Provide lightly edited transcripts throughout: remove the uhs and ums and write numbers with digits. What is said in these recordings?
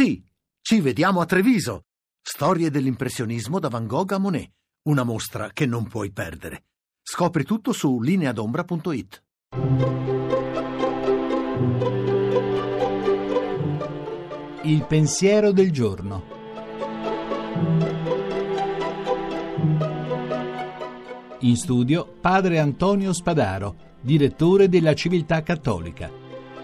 Sì, ci vediamo a Treviso. Storie dell'impressionismo da Van Gogh a Monet. Una mostra che non puoi perdere. Scopri tutto su lineadombra.it. Il pensiero del giorno. In studio padre Antonio Spadaro, direttore della Civiltà Cattolica.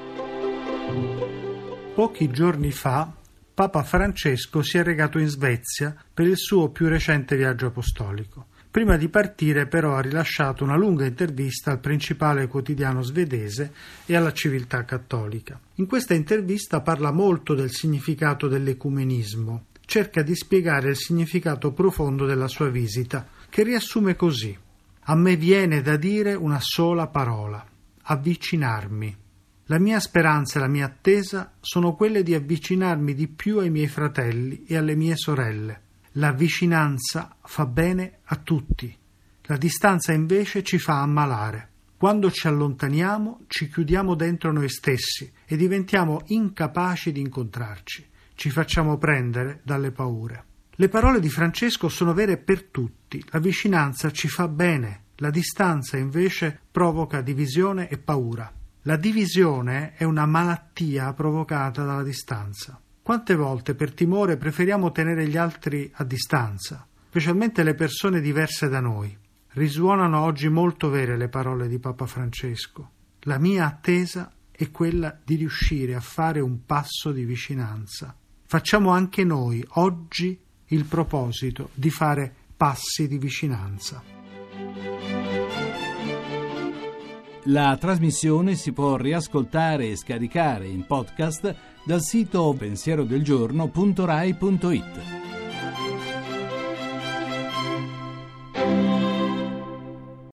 Pochi giorni fa Papa Francesco si è recato in Svezia per il suo più recente viaggio apostolico. Prima di partire però ha rilasciato una lunga intervista al principale quotidiano svedese e alla Civiltà Cattolica. In questa intervista parla molto del significato dell'ecumenismo, cerca di spiegare il significato profondo della sua visita, che riassume così: a me viene da dire una sola parola: avvicinarmi. La mia speranza e la mia attesa sono quelle di avvicinarmi di più ai miei fratelli e alle mie sorelle. La vicinanza fa bene a tutti. La distanza invece ci fa ammalare. Quando ci allontaniamo, ci chiudiamo dentro noi stessi e diventiamo incapaci di incontrarci. Ci facciamo prendere dalle paure. Le parole di Francesco sono vere per tutti. La vicinanza ci fa bene. La distanza invece provoca divisione e paura. La divisione è una malattia provocata dalla distanza. Quante volte per timore preferiamo tenere gli altri a distanza, specialmente le persone diverse da noi? Risuonano oggi molto vere le parole di Papa Francesco. La mia attesa è quella di riuscire a fare un passo di vicinanza. Facciamo anche noi oggi il proposito di fare passi di vicinanza. La trasmissione si può riascoltare e scaricare in podcast dal sito pensierodelgiorno.rai.it.